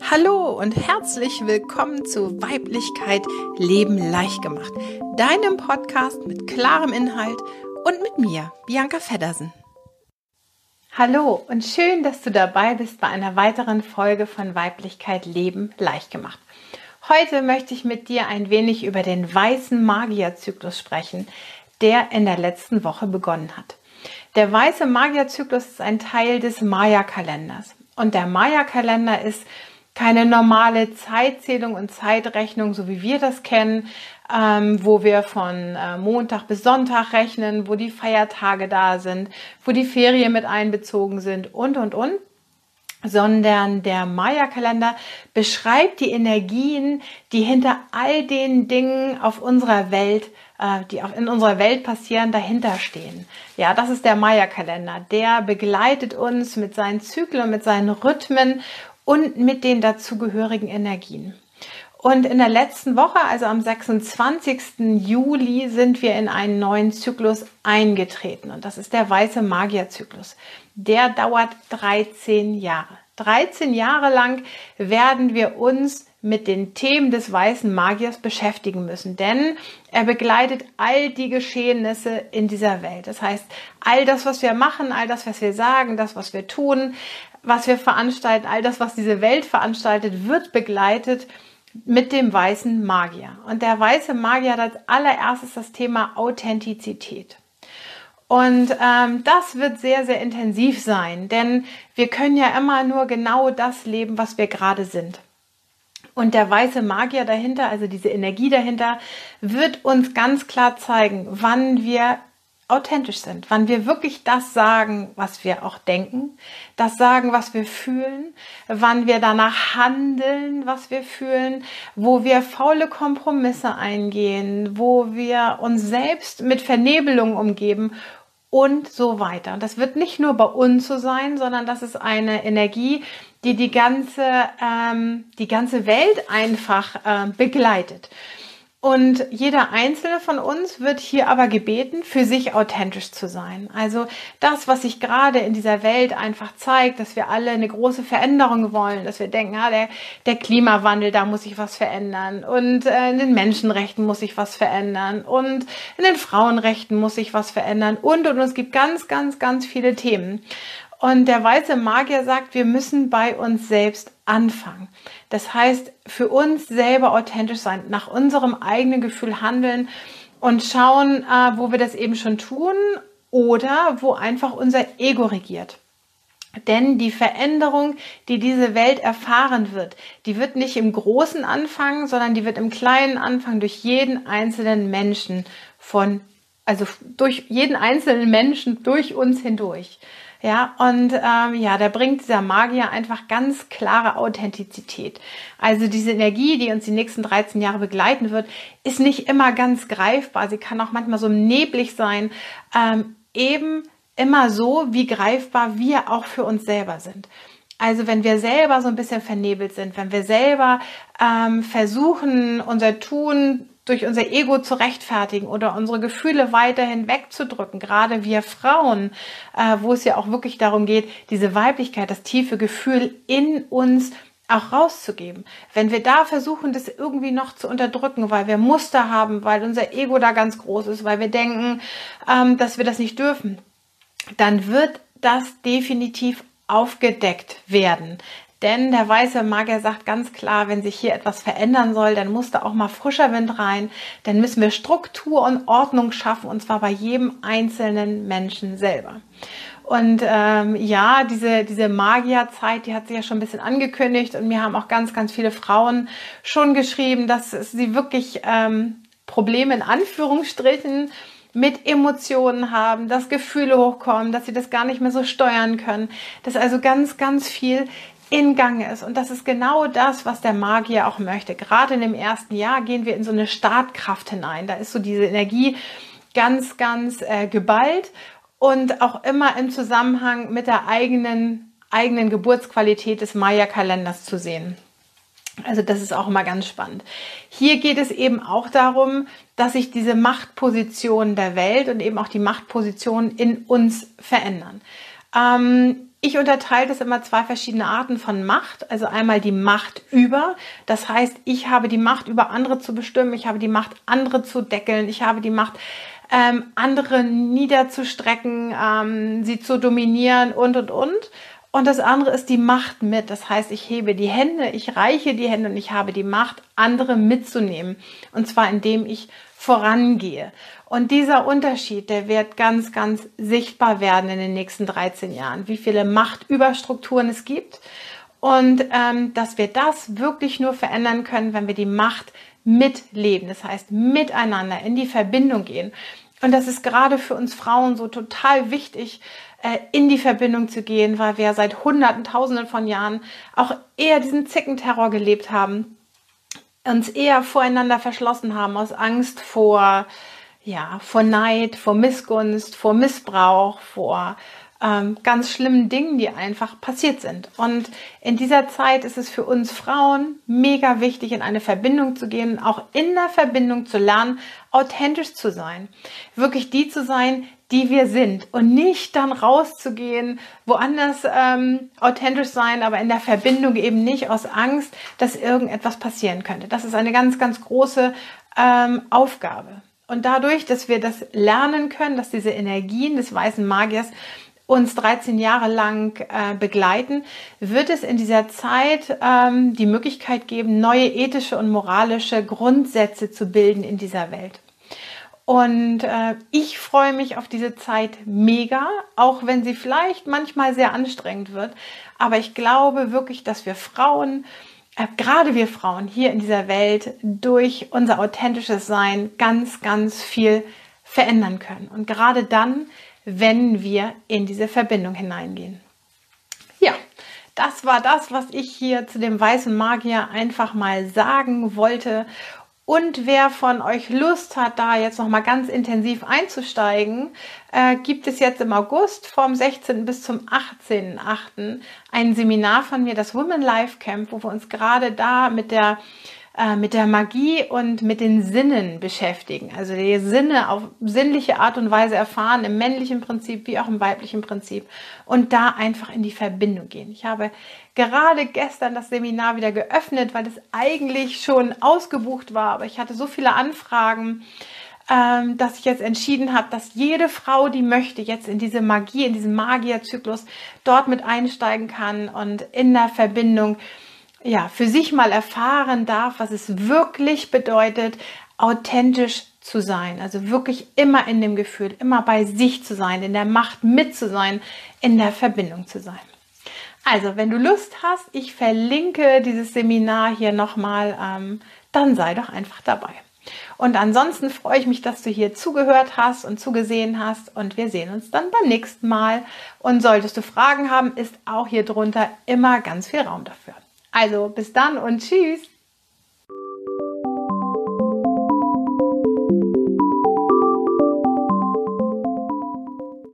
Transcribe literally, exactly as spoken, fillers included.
Hallo und herzlich willkommen zu Weiblichkeit Leben leicht gemacht, deinem Podcast mit klarem Inhalt und mit mir, Bianca Feddersen. Hallo und schön, dass du dabei bist bei einer weiteren Folge von Weiblichkeit Leben leicht gemacht. Heute möchte ich mit dir ein wenig über den weißen Magierzyklus sprechen, der in der letzten Woche begonnen hat. Der weiße Magierzyklus ist ein Teil des Maya-Kalenders und der Maya-Kalender ist keine normale Zeitzählung und Zeitrechnung, so wie wir das kennen, ähm, wo wir von äh, Montag bis Sonntag rechnen, wo die Feiertage da sind, wo die Ferien mit einbezogen sind und, und, und. Sondern der Maya-Kalender beschreibt die Energien, die hinter all den Dingen auf unserer Welt, äh, die auch in unserer Welt passieren, dahinter stehen. Ja, das ist der Maya-Kalender. Der begleitet uns mit seinen Zyklen, mit seinen Rhythmen und mit den dazugehörigen Energien. Und in der letzten Woche, also am sechsundzwanzigsten Juli, sind wir in einen neuen Zyklus eingetreten. Und das ist der weiße Magierzyklus. Der dauert dreizehn Jahre. dreizehn Jahre lang werden wir uns mit den Themen des weißen Magiers beschäftigen müssen, denn er begleitet all die Geschehnisse in dieser Welt. Das heißt, all das, was wir machen, all das, was wir sagen, das, was wir tun, was wir veranstalten, all das, was diese Welt veranstaltet, wird begleitet mit dem weißen Magier. Und der weiße Magier hat als allererstes das Thema Authentizität. Und ähm, das wird sehr, sehr intensiv sein, denn wir können ja immer nur genau das leben, was wir gerade sind. Und der weiße Magier dahinter, also diese Energie dahinter, wird uns ganz klar zeigen, wann wir authentisch sind, wann wir wirklich das sagen, was wir auch denken, das sagen, was wir fühlen, wann wir danach handeln, was wir fühlen, wo wir faule Kompromisse eingehen, wo wir uns selbst mit Vernebelung umgeben und so weiter. Und das wird nicht nur bei uns so sein, sondern das ist eine Energie, die die ganze, ähm, die ganze Welt einfach äh, begleitet. Und jeder Einzelne von uns wird hier aber gebeten, für sich authentisch zu sein. Also das, was sich gerade in dieser Welt einfach zeigt, dass wir alle eine große Veränderung wollen, dass wir denken, ah, der, der Klimawandel, da muss sich was verändern und äh, in den Menschenrechten muss sich was verändern und in den Frauenrechten muss sich was verändern und, und, und es gibt ganz, ganz, ganz viele Themen. Und der weiße Magier sagt, wir müssen bei uns selbst anfangen. Das heißt, für uns selber authentisch sein, nach unserem eigenen Gefühl handeln und schauen, äh, wo wir das eben schon tun oder wo einfach unser Ego regiert. Denn die Veränderung, die diese Welt erfahren wird, die wird nicht im Großen anfangen, sondern die wird im Kleinen anfangen durch jeden einzelnen Menschen von, also durch jeden einzelnen Menschen durch uns hindurch. Ja, und ähm, ja, da bringt dieser Magier einfach ganz klare Authentizität. Also diese Energie, die uns die nächsten dreizehn Jahre begleiten wird, ist nicht immer ganz greifbar. Sie kann auch manchmal so neblig sein, ähm, eben immer so, wie greifbar wir auch für uns selber sind. Also wenn wir selber so ein bisschen vernebelt sind, wenn wir selber ähm, versuchen, unser Tun durch unser Ego zu rechtfertigen oder unsere Gefühle weiterhin wegzudrücken, gerade wir Frauen, äh, wo es ja auch wirklich darum geht, diese Weiblichkeit, das tiefe Gefühl in uns auch rauszugeben. Wenn wir da versuchen, das irgendwie noch zu unterdrücken, weil wir Muster haben, weil unser Ego da ganz groß ist, weil wir denken, ähm, dass wir das nicht dürfen, dann wird das definitiv aufgedeckt werden. Denn der weiße Magier sagt ganz klar, wenn sich hier etwas verändern soll, dann muss da auch mal frischer Wind rein. Dann müssen wir Struktur und Ordnung schaffen, und zwar bei jedem einzelnen Menschen selber. Und ähm, ja, diese, diese Magierzeit, die hat sich ja schon ein bisschen angekündigt. Und mir haben auch ganz, ganz viele Frauen schon geschrieben, dass sie wirklich ähm, Probleme in Anführungsstrichen mit Emotionen haben, dass Gefühle hochkommen, dass sie das gar nicht mehr so steuern können. Dass also ganz, ganz viel in Gang ist. Und das ist genau das, was der Magier auch möchte. Gerade in dem ersten Jahr gehen wir in so eine Startkraft hinein. Da ist so diese Energie ganz, ganz äh, geballt und auch immer im Zusammenhang mit der eigenen, eigenen Geburtsqualität des Maya-Kalenders zu sehen. Also das ist auch immer ganz spannend. Hier geht es eben auch darum, dass sich diese Machtpositionen der Welt und eben auch die Machtpositionen in uns verändern. Ähm, ich unterteile das immer zwei verschiedene Arten von Macht. Also einmal die Macht über. Das heißt, ich habe die Macht, über andere zu bestimmen. Ich habe die Macht, andere zu deckeln. Ich habe die Macht, ähm, andere niederzustrecken, ähm, sie zu dominieren und, und, und. Und das andere ist die Macht mit. Das heißt, ich hebe die Hände, ich reiche die Hände und ich habe die Macht, andere mitzunehmen. Und zwar indem ich vorangehe. Und dieser Unterschied, der wird ganz, ganz sichtbar werden in den nächsten dreizehn Jahren, wie viele Machtüberstrukturen es gibt und ähm, dass wir das wirklich nur verändern können, wenn wir die Macht mitleben, das heißt miteinander in die Verbindung gehen. Und das ist gerade für uns Frauen so total wichtig, äh, in die Verbindung zu gehen, weil wir seit Hunderten, Tausenden von Jahren auch eher diesen Zickenterror gelebt haben, uns eher voreinander verschlossen haben aus Angst vor, ja, vor Neid, vor Missgunst, vor Missbrauch, vor ähm, ganz schlimmen Dingen, die einfach passiert sind. Und in dieser Zeit ist es für uns Frauen mega wichtig, in eine Verbindung zu gehen, auch in der Verbindung zu lernen, authentisch zu sein. Wirklich die zu sein, die wir sind und nicht dann rauszugehen, woanders ähm, authentisch sein, aber in der Verbindung eben nicht aus Angst, dass irgendetwas passieren könnte. Das ist eine ganz, ganz große ähm, Aufgabe. Und dadurch, dass wir das lernen können, dass diese Energien des weißen Magiers uns dreizehn Jahre lang äh, begleiten, wird es in dieser Zeit ähm, die Möglichkeit geben, neue ethische und moralische Grundsätze zu bilden in dieser Welt. Und äh, ich freue mich auf diese Zeit mega, auch wenn sie vielleicht manchmal sehr anstrengend wird. Aber ich glaube wirklich, dass wir Frauen, äh, gerade wir Frauen hier in dieser Welt, durch unser authentisches Sein ganz, ganz viel verändern können. Und gerade dann, wenn wir in diese Verbindung hineingehen. Ja, das war das, was ich hier zu dem weißen Magier einfach mal sagen wollte. Und wer von euch Lust hat, da jetzt nochmal ganz intensiv einzusteigen, äh, gibt es jetzt im August vom sechzehnten bis zum achtzehnten achten ein Seminar von mir, das Women Life Camp, wo wir uns gerade da mit der äh, mit der Magie und mit den Sinnen beschäftigen. Also die Sinne auf sinnliche Art und Weise erfahren, im männlichen Prinzip wie auch im weiblichen Prinzip. Und da einfach in die Verbindung gehen. Ich habe gerade gestern das Seminar wieder geöffnet, weil es eigentlich schon ausgebucht war. Aber ich hatte so viele Anfragen, ähm, dass ich jetzt entschieden habe, dass jede Frau, die möchte, jetzt in diese Magie, in diesen Magierzyklus dort mit einsteigen kann und in der Verbindung ja, für sich mal erfahren darf, was es wirklich bedeutet, authentisch zu sein. Also wirklich immer in dem Gefühl, immer bei sich zu sein, in der Macht mit zu sein, in der Verbindung zu sein. Also, wenn du Lust hast, ich verlinke dieses Seminar hier nochmal, ähm, dann sei doch einfach dabei. Und ansonsten freue ich mich, dass du hier zugehört hast und zugesehen hast und wir sehen uns dann beim nächsten Mal. Und solltest du Fragen haben, ist auch hier drunter immer ganz viel Raum dafür. Also bis dann und tschüss!